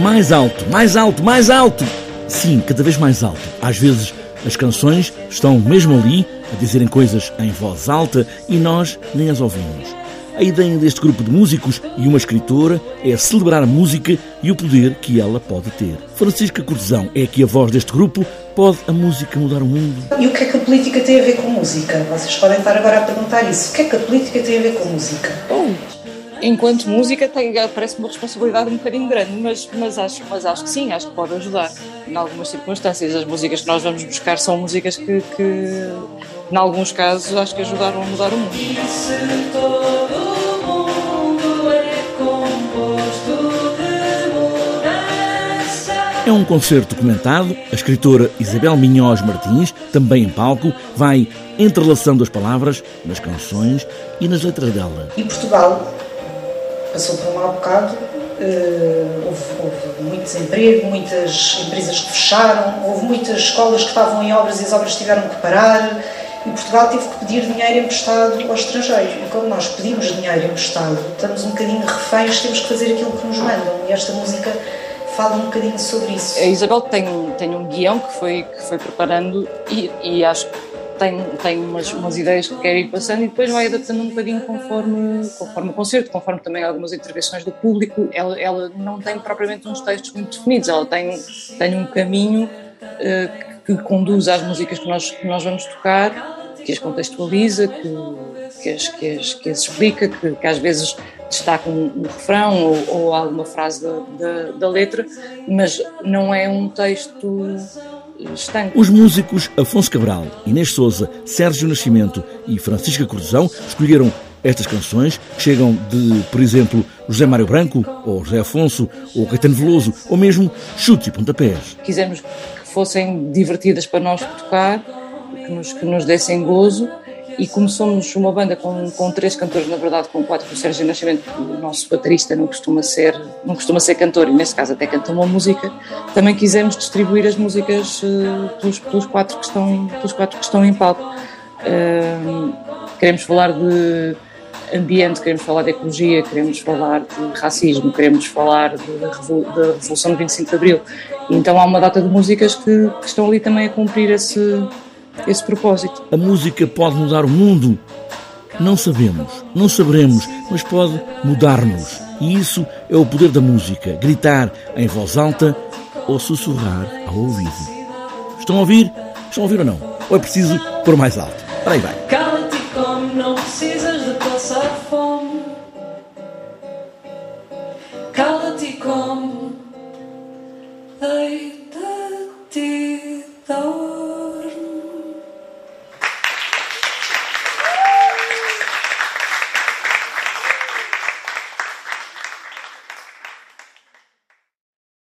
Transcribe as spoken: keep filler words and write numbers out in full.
Mais alto, mais alto, mais alto! Sim, cada vez mais alto. Às vezes as canções estão mesmo ali a dizerem coisas em voz alta e nós nem as ouvimos. A ideia deste grupo de músicos e uma escritora é celebrar a música e o poder que ela pode ter. Francisca Cortesão é aqui a voz deste grupo. Pode a música mudar o mundo? E o que é que a política tem a ver com música? Vocês podem estar agora a perguntar isso. O que é que a política tem a ver com música? Bom, enquanto música tem, parece uma responsabilidade um bocadinho grande, mas, mas, acho, mas acho que sim, acho que pode ajudar. Em algumas circunstâncias, as músicas que nós vamos buscar são músicas que, que em alguns casos, acho que ajudaram a mudar o mundo. É um concerto comentado. A escritora Isabel Minhoz Martins, também em palco, vai entrelaçando as palavras nas canções e nas letras dela. E Portugal passou por um mau bocado, uh, houve, houve muito desemprego, muitas empresas que fecharam, houve muitas escolas que estavam em obras e as obras tiveram que parar, e Portugal teve que pedir dinheiro emprestado ao estrangeiro. E quando nós pedimos dinheiro emprestado, estamos um bocadinho reféns, temos que fazer aquilo que nos mandam, e esta música fala um bocadinho sobre isso. A Isabel tem, tem um guião que foi, que foi preparando e, e acho que tem, tem umas, umas ideias que quer ir passando e depois vai adaptando um bocadinho conforme, conforme o concerto, conforme também algumas intervenções do público. Ela, ela não tem propriamente uns textos muito definidos, ela tem, tem um caminho uh, que conduz às músicas que nós, que nós vamos tocar, que as contextualiza, que, que, as, que, as, que as explica, que, que às vezes destaca um, um refrão ou, ou alguma frase da, da, da letra, mas não é um texto estanque. Os músicos Afonso Cabral, Inês Sousa, Sérgio Nascimento e Francisca Cortesão escolheram estas canções que chegam de, por exemplo, José Mário Branco, ou José Afonso, ou Caetano Veloso, ou mesmo chutes e pontapés. Quisemos que fossem divertidas para nós tocar, que nos, que nos dessem gozo. E como somos uma banda com, com três cantores, na verdade com quatro, com o Sérgio Nascimento, o nosso baterista não costuma ser, não costuma ser cantor e neste caso até canta uma música, também quisemos distribuir as músicas uh, pelos, pelos, quatro que estão, pelos quatro que estão em palco. Uh, queremos falar de ambiente, queremos falar de ecologia, queremos falar de racismo, queremos falar de, da Revolução de vinte e cinco de Abril. E então há uma data de músicas que, que estão ali também a cumprir esse... esse propósito. A música pode mudar o mundo? Não sabemos, não saberemos, mas pode mudar-nos. E isso é o poder da música, gritar em voz alta ou sussurrar ao ouvido. Estão a ouvir? Estão a ouvir ou não? Ou é preciso pôr mais alto? Para aí vai. Cala-te e come, não precisas de passar fome. Cala-te e come.